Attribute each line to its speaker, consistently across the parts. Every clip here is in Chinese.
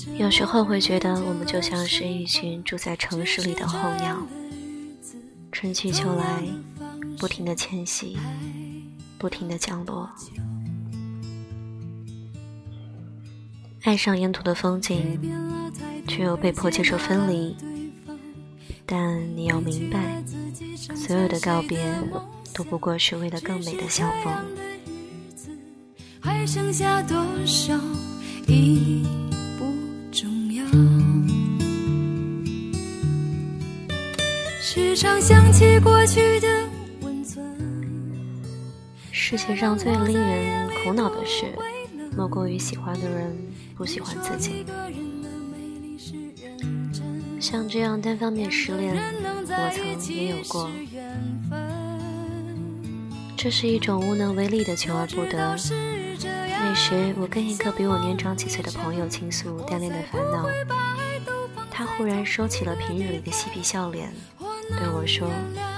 Speaker 1: 有时候会觉得我们就像是一群住在城市里的候鸟，春去秋来，不停地迁徙，不停地降落。爱上沿途的风景，却又被迫接受分离。但你要明白，所有的告别都不过是为了更美的相逢。
Speaker 2: 还剩下多少已不重要，时常想起过去的温存。
Speaker 1: 世界上最令人苦恼的事，莫过于喜欢的人不喜欢自己。像这样单方面失恋，我曾也有过。这是一种无能为力的求而不得。那时我跟一个比我年长几岁的朋友倾诉单恋的烦恼，他忽然收起了平日里的嬉皮笑脸，对我说，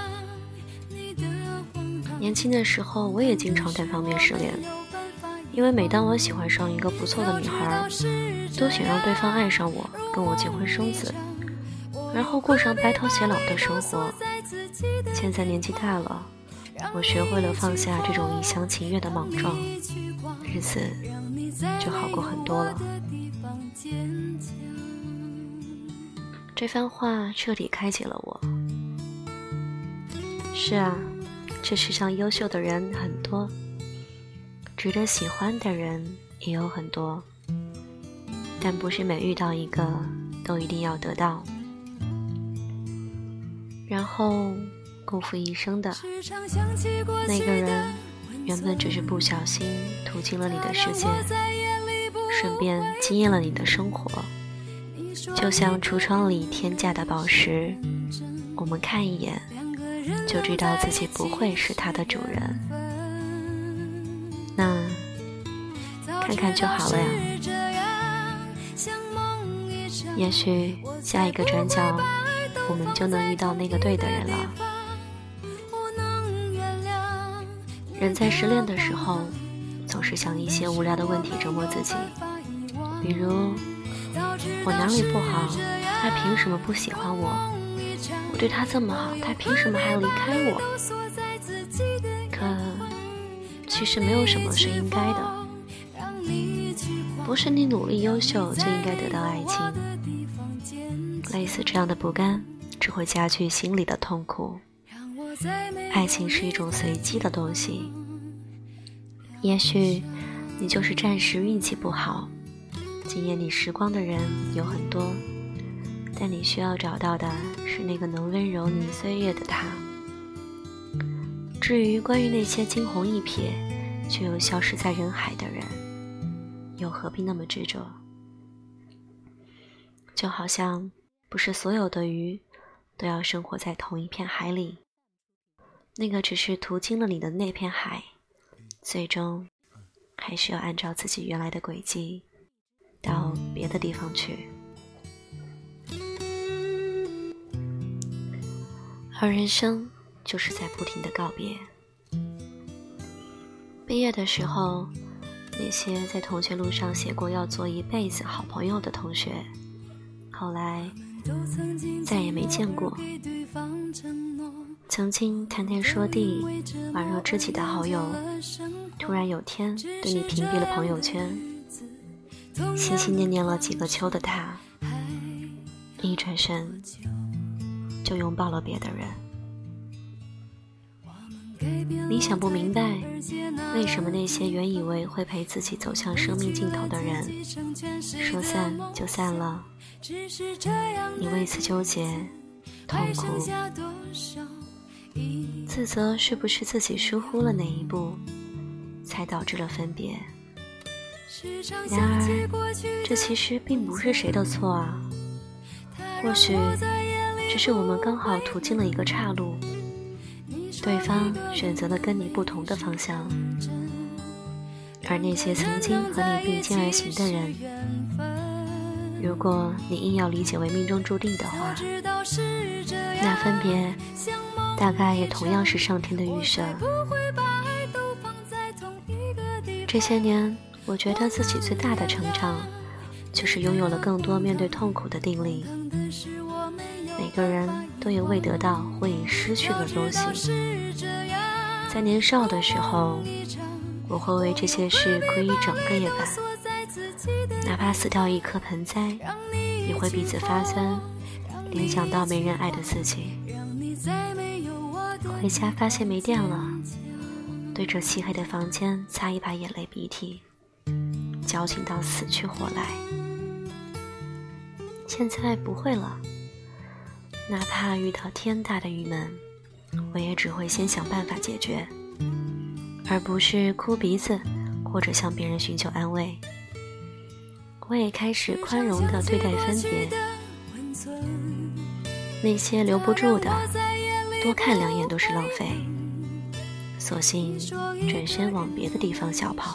Speaker 1: 年轻的时候我也经常单方面失恋，因为每当我喜欢上一个不错的女孩，都想让对方爱上我，跟我结婚生子，然后过上白头偕老的生活。现在年纪大了，我学会了放下这种一厢情愿的莽撞，日子就好过很多了。这番话彻底开解了我。是啊，这世上优秀的人很多，值得喜欢的人也有很多，但不是每遇到一个都一定要得到，然后共赴一生的那个人，原本只是不小心途经了你的世界，顺便惊艳了你的生活。就像橱窗里天价的宝石，我们看一眼就知道自己不会是它的主人，那看看就好了呀。也许下一个转角，我们就能遇到那个对的人了。人在失恋的时候，总是想一些无聊的问题折磨自己，比如我哪里不好，他凭什么不喜欢我？我对他这么好，他凭什么还要离开我？可其实没有什么是应该的，不是你努力优秀就应该得到爱情。类似这样的不甘，只会加剧心里的痛苦。爱情是一种随机的东西，也许你就是暂时运气不好，惊艳你时光的人有很多，但你需要找到的是那个能温柔你岁月的他。至于关于那些惊鸿一瞥却又消失在人海的人，又何必那么执着？就好像不是所有的鱼都要生活在同一片海里，那个只是途经了你的那片海，最终还是要按照自己原来的轨迹到别的地方去。而人生就是在不停的告别。毕业的时候，那些在同学录上写过要做一辈子好朋友的同学，后来再也没见过。曾经谈天说地宛若知己的好友，突然有天对你屏蔽了朋友圈，心心念念了几个秋的他，一转身就拥抱了别的人。你想不明白，为什么那些原以为会陪自己走向生命尽头的人，说散就散了，你为此纠结痛苦，自责是不是自己疏忽了哪一步，才导致了分别。然而这其实并不是谁的错啊，或许只是我们刚好途经了一个岔路，对方选择了跟你不同的方向，而那些曾经和你并肩而行的人，如果你硬要理解为命中注定的话，那分别大概也同样是上天的预设。这些年，我觉得自己最大的成长， 就是拥有了更多面对痛苦的定力。每个人都有未得到或已失去的东西。在年少的时候，我会为这些事哭一整个夜晚，哪怕死掉一颗盆栽，也会鼻子发酸，联想到没人爱的自己。回家发现没电了，对着漆黑的房间擦一把眼泪鼻涕，矫情到死去活来。现在不会了，哪怕遇到天大的郁闷，我也只会先想办法解决，而不是哭鼻子或者向别人寻求安慰。我也开始宽容地对待分别，那些留不住的，多看2眼都是浪费，索性转身往别的地方小跑。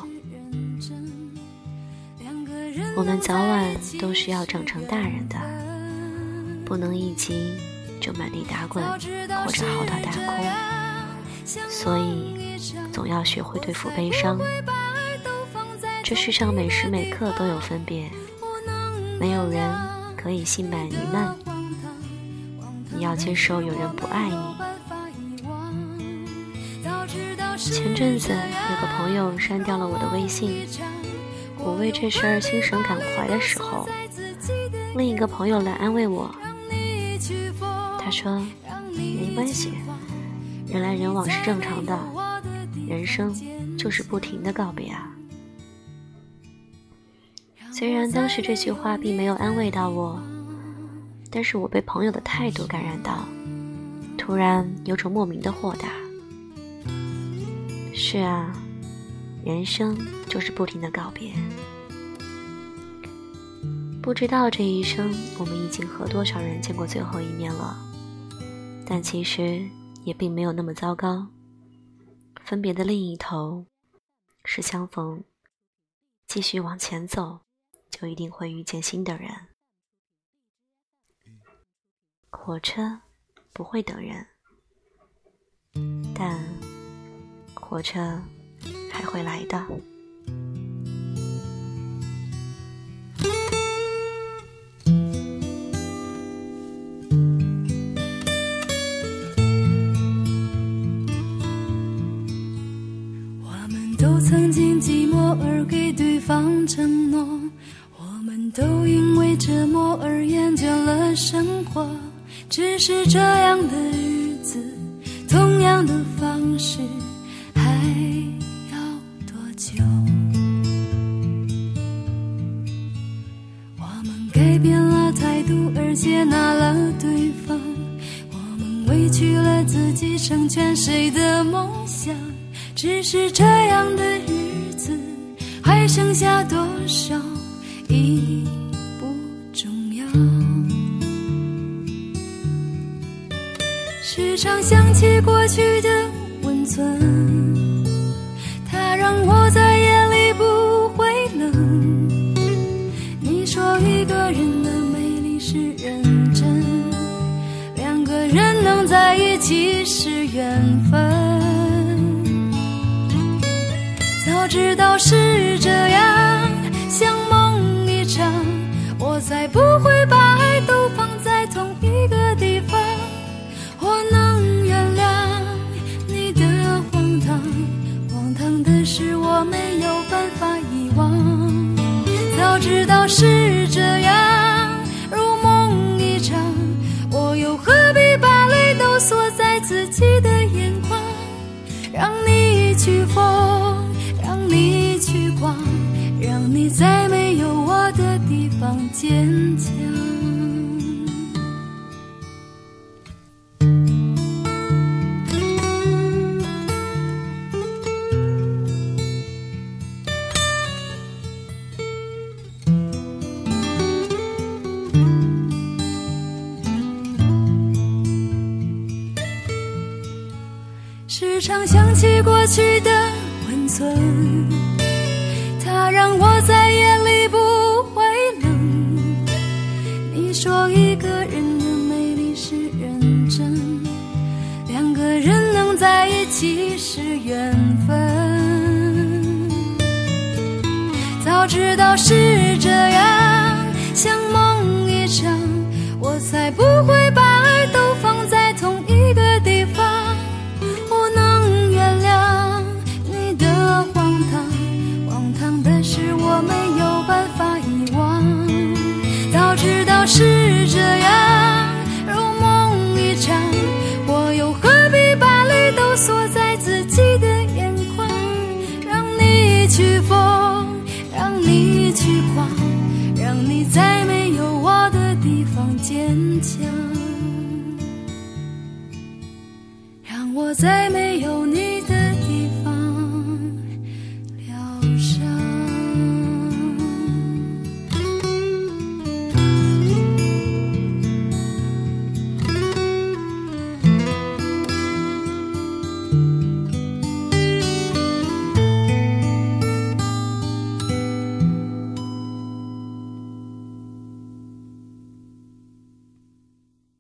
Speaker 1: 我们早晚都是要长成大人的，不能一急就满地打滚或者嚎啕大哭，所以总要学会对付悲伤。这世上每时每刻都有分别，没有人可以心满意满，你要接受有人不爱你。前阵子有个朋友删掉了我的微信，我为这事儿心神感怀的时候，另一个朋友来安慰我，他说没关系，人来人往是正常的，人生就是不停的告别啊。虽然当时这句话并没有安慰到我，但是我被朋友的态度感染到，突然有种莫名的豁达。是啊，人生就是不停的告别。不知道这一生我们已经和多少人见过最后一面了，但其实也并没有那么糟糕。分别的另一头是相逢，继续往前走，就一定会遇见新的人。火车不会等人，但火车还会来的。
Speaker 2: 我们都曾经寂寞而给对方承诺，我们都因为折磨而厌倦了生活，只是这样的日子，同样的方式，还要多久？我们改变了态度而接纳了对方，我们委屈了自己成全谁的梦想，只是这样的日子，还剩下多少已不重要。时常想起过去的温存，它让我在夜里不会冷。你说一个人的美丽是认真，两个人能在一起是缘分。早知道是这样，像梦一场，我才不会把爱都放在同一个地方。我能原谅你的荒唐，荒唐的是我没有办法遗忘。早知道是这样，如梦一场，我又何必把泪都锁在自己的眼眶？让你去疯，让你去狂，让你在没有我的地方坚强。时常想起过去的温存，它让我在夜里不会冷。你说一个人的美丽是认真，两个人能在一起是缘分。早知道是这样， 像梦一场，我才不会把爱都放在同一个地方。我能原谅你的荒唐，荒唐的是我没有办法遗忘。早知道是这样，如梦一场，我又何必把泪都锁在自己的眼眶？让你去疯，让你去狂，让你在没有我的地方坚强，让我在没有你